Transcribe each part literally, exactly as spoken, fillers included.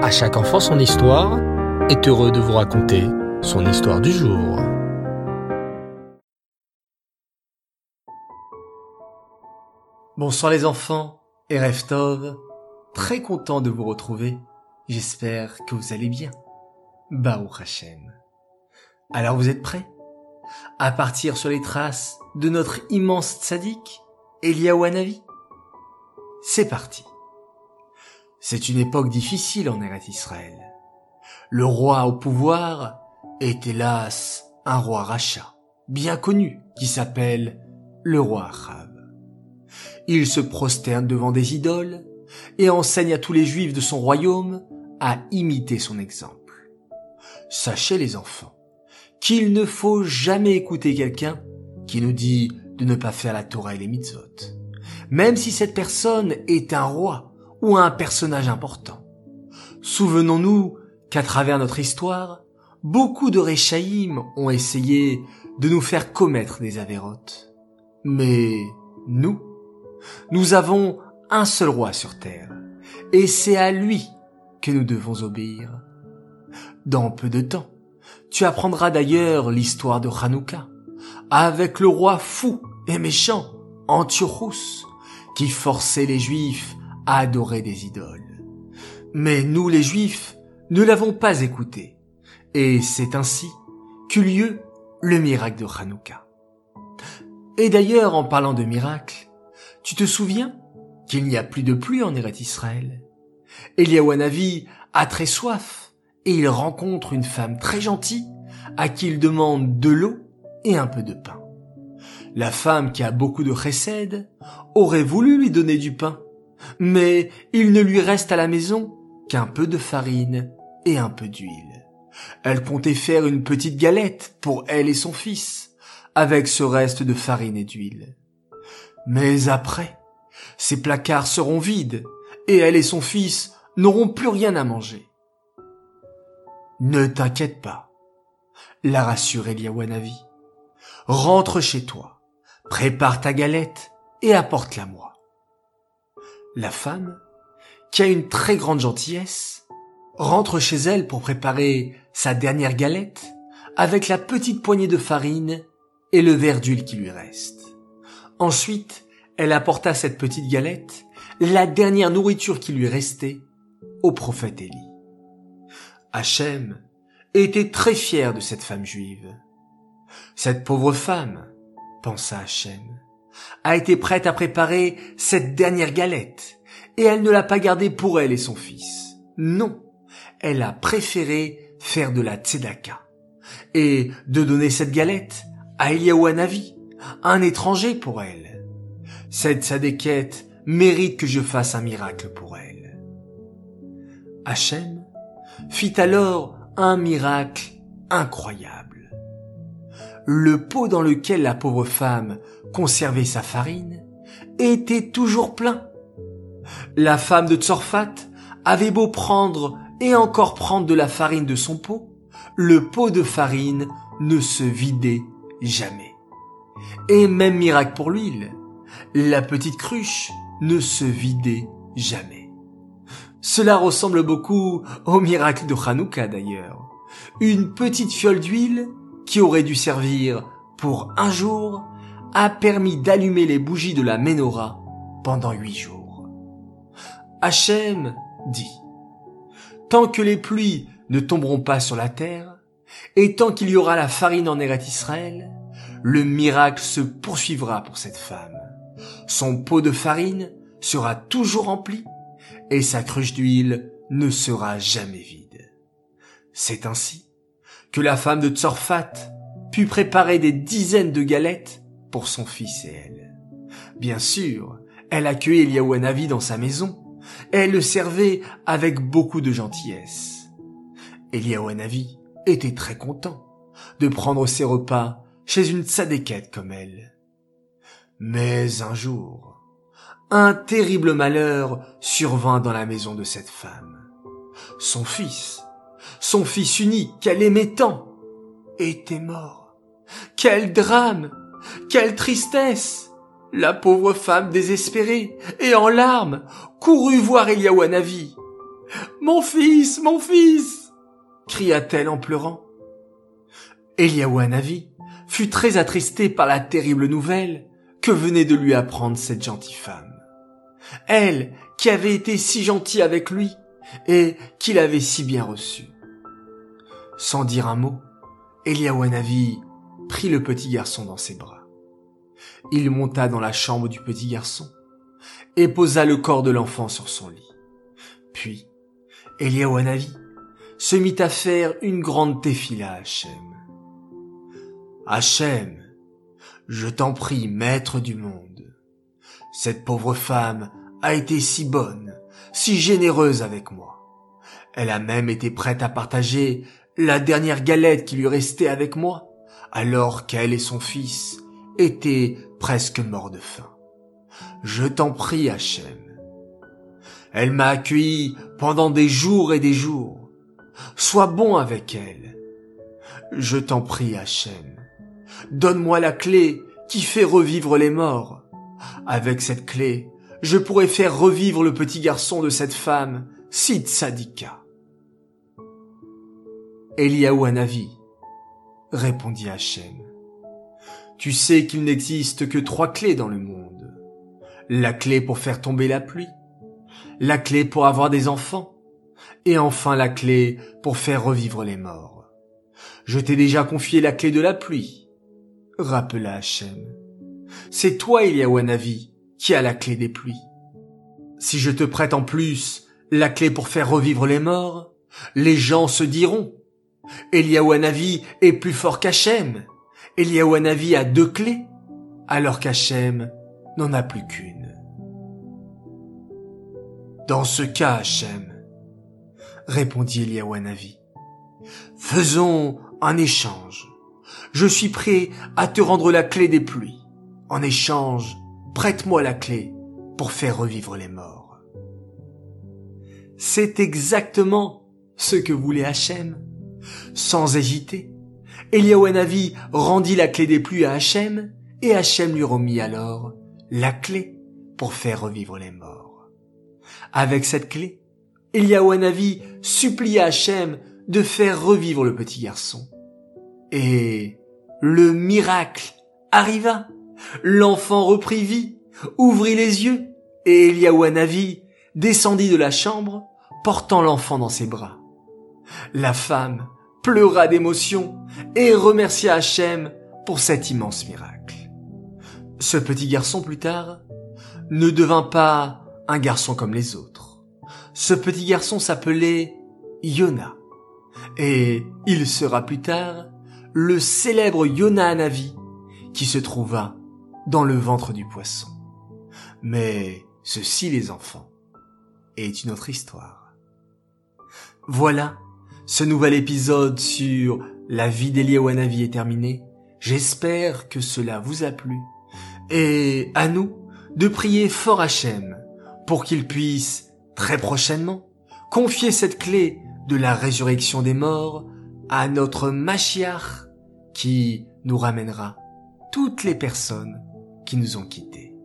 À chaque enfant son histoire est heureux de vous raconter son histoire du jour. Bonsoir les enfants, Erev Tov, très content de vous retrouver, j'espère que vous allez bien. Baruch Hashem. Alors vous êtes prêts à partir sur les traces de notre immense tzaddik, Eliyahu Hanavi? C'est parti. C'est une époque difficile en Eretz Israël. Le roi au pouvoir est hélas un roi rachat, bien connu, qui s'appelle le roi Achav. Il se prosterne devant des idoles et enseigne à tous les juifs de son royaume à imiter son exemple. Sachez les enfants qu'il ne faut jamais écouter quelqu'un qui nous dit de ne pas faire la Torah et les mitzvot, même si cette personne est un roi ou un personnage important. Souvenons-nous qu'à travers notre histoire, beaucoup de Réchaïm ont essayé de nous faire commettre des avérotes. Mais nous, nous avons un seul roi sur terre, et c'est à lui que nous devons obéir. Dans peu de temps, tu apprendras d'ailleurs l'histoire de Hanouka, avec le roi fou et méchant, Antiochus, qui forçait les Juifs à adorer des idoles. Mais nous, les Juifs, ne l'avons pas écouté, et c'est ainsi qu'eut lieu le miracle de Hanouka. Et d'ailleurs, en parlant de miracle, tu te souviens qu'il n'y a plus de pluie en Eretz Israël? Eliyahu Hanavi a très soif, et il rencontre une femme très gentille, à qui il demande de l'eau et un peu de pain. La femme, qui a beaucoup de chesed, aurait voulu lui donner du pain, mais il ne lui reste à la maison qu'un peu de farine et un peu d'huile. Elle comptait faire une petite galette pour elle et son fils, avec ce reste de farine et d'huile. Mais après, ses placards seront vides, et elle et son fils n'auront plus rien à manger. Ne t'inquiète pas, la rassure Eliyahu Hanavi. Rentre chez toi, prépare ta galette et apporte-la-moi. La femme, qui a une très grande gentillesse, rentre chez elle pour préparer sa dernière galette avec la petite poignée de farine et le verre d'huile qui lui reste. Ensuite, elle apporta cette petite galette, la dernière nourriture qui lui restait, au prophète Élie. Hachem était très fier de cette femme juive. Cette pauvre femme, pensa Hachem, a été prête à préparer cette dernière galette, et elle ne l'a pas gardée pour elle et son fils. Non, elle a préféré faire de la tzedaka, et de donner cette galette à Eliyahu Hanavi, un étranger pour elle. Cette tzadékette mérite que je fasse un miracle pour elle. Hachem fit alors un miracle incroyable. Le pot dans lequel la pauvre femme conservait sa farine était toujours plein. La femme de Tzorfat avait beau prendre et encore prendre de la farine de son pot, le pot de farine ne se vidait jamais. Et même miracle pour l'huile, la petite cruche ne se vidait jamais. Cela ressemble beaucoup au miracle de Hanouka d'ailleurs. Une petite fiole d'huile qui aurait dû servir pour un jour a permis d'allumer les bougies de la Ménorah pendant huit jours. Hachem dit: tant que les pluies ne tomberont pas sur la terre, et tant qu'il y aura la farine en Eretz Israël, le miracle se poursuivra pour cette femme. Son pot de farine sera toujours rempli, et sa cruche d'huile ne sera jamais vide. C'est ainsi que la femme de Tzorfat put préparer des dizaines de galettes pour son fils et elle. Bien sûr, elle accueillait Eliyahu Hanavi dans sa maison, et elle le servait avec beaucoup de gentillesse. Eliyahu Hanavi était très content de prendre ses repas chez une tzadékette comme elle. Mais un jour, un terrible malheur survint dans la maison de cette femme. Son fils, son fils unique qu'elle aimait tant, était mort. Quel drame! Quelle tristesse! La pauvre femme désespérée et en larmes courut voir Eliyahu Hanavi. Mon fils, mon fils !» cria-t-elle en pleurant. Eliaou Hanavi fut très attristé par la terrible nouvelle que venait de lui apprendre cette gentille femme. Elle, qui avait été si gentille avec lui et qui l'avait si bien reçu. Sans dire un mot, Eliaou Hanavi prit le petit garçon dans ses bras. Il monta dans la chambre du petit garçon et posa le corps de l'enfant sur son lit. Puis, Eliaou Hanavi se mit à faire une grande tefila à Hachem. « Hachem, je t'en prie, maître du monde, cette pauvre femme a été si bonne, si généreuse avec moi. Elle a même été prête à partager la dernière galette qui lui restait avec moi, alors qu'elle et son fils étaient presque morts de faim. Je t'en prie, Hachem. Elle m'a accueilli pendant des jours et des jours. Sois bon avec elle. Je t'en prie, Hachem. Donne-moi la clé qui fait revivre les morts. Avec cette clé, je pourrais faire revivre le petit garçon de cette femme, si tzadika. » Eliaou Hanavi répondit Hachem. « Tu sais qu'il n'existe que trois clés dans le monde. La clé pour faire tomber la pluie, la clé pour avoir des enfants, et enfin la clé pour faire revivre les morts. Je t'ai déjà confié la clé de la pluie. » rappela Hachem. « C'est toi, Eliaou Hanavi, qui a la clé des pluies. Si je te prête en plus la clé pour faire revivre les morts, les gens se diront « Eliaou Hanavi est plus fort qu'Hachem. Eliaou Hanavi a deux clés, alors qu'Hachem n'en a plus qu'une. » « Dans ce cas, Hachem, répondit Eliaou Hanavi, faisons un échange. Je suis prêt à te rendre la clé des pluies. En échange, prête-moi la clé pour faire revivre les morts. » C'est exactement ce que voulait Hachem. Sans hésiter, Eliaou Hanavi rendit la clé des pluies à Hachem et Hachem lui remit alors la clé pour faire revivre les morts. Avec cette clé, Eliaou Hanavi supplia Hachem de faire revivre le petit garçon. Et le miracle arriva. L'enfant reprit vie, ouvrit les yeux, et Eliaou Hanavi descendit de la chambre, portant l'enfant dans ses bras. La femme pleura d'émotion et remercia Hachem pour cet immense miracle. Ce petit garçon, plus tard, ne devint pas un garçon comme les autres. Ce petit garçon s'appelait Yona, et il sera plus tard le célèbre Yona Hanavi qui se trouva dans le ventre du poisson. Mais ceci, les enfants, est une autre histoire. Voilà, ce nouvel épisode sur la vie d'Eliaou Hanavi est terminé. J'espère que cela vous a plu. Et à nous de prier fort Hachem pour qu'il puisse, très prochainement, confier cette clé de la résurrection des morts à notre Mashiach qui nous ramènera toutes les personnes qui nous ont quittés.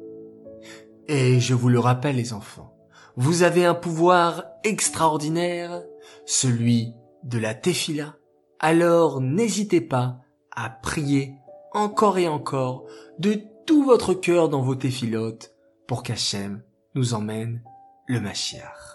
Et je vous le rappelle, les enfants, vous avez un pouvoir extraordinaire, celui de la tefila. Alors n'hésitez pas à prier encore et encore de tout votre cœur dans vos tefilotes pour qu'Hachem nous emmène le Mashiach.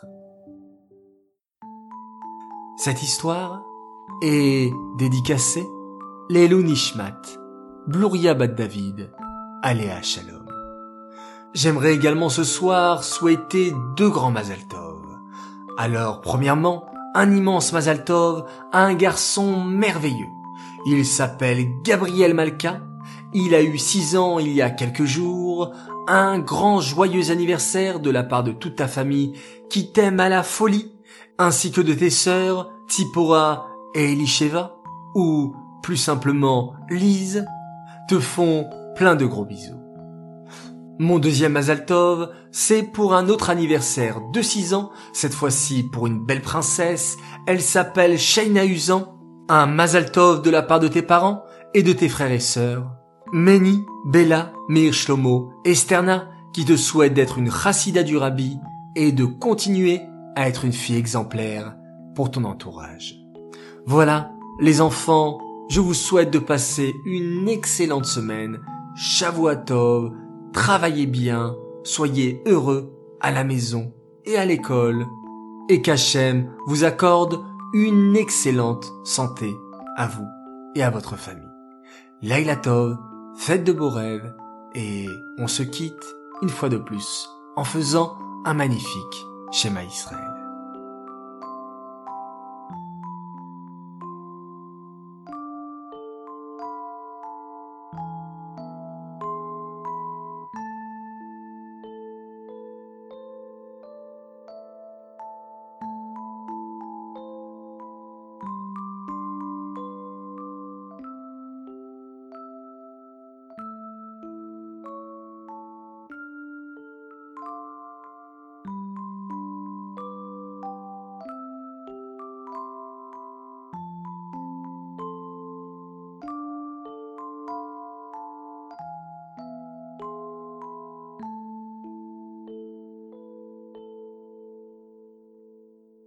Cette histoire est dédicacée Leilou Nishmat, Bluria Bat David, Aléa Shalom. J'aimerais également ce soir souhaiter deux grands Mazal Tov. Alors, premièrement, un immense Mazal Tov à un garçon merveilleux. Il s'appelle Gabriel Malka. Il a eu six ans il y a quelques jours. Un grand joyeux anniversaire de la part de toute ta famille qui t'aime à la folie, ainsi que de tes sœurs Tzipora et Elisheva, ou plus simplement Lise, te font plein de gros bisous. Mon deuxième Mazal Tov, c'est pour un autre anniversaire de six ans, cette fois-ci pour une belle princesse. Elle s'appelle Sheina Uzan. Un Mazal Tov de la part de tes parents et de tes frères et sœurs, Meni, Bella, Meir Shlomo et Sterna, qui te souhaitent d'être une chassida du Rabbi et de continuer à être une fille exemplaire pour ton entourage. Voilà, les enfants, je vous souhaite de passer une excellente semaine. Shavua Tov, travaillez bien, soyez heureux à la maison et à l'école, et qu'Hachem vous accorde une excellente santé à vous et à votre famille. Laila Tov, faites de beaux rêves, et on se quitte une fois de plus en faisant un magnifique Shema Israël.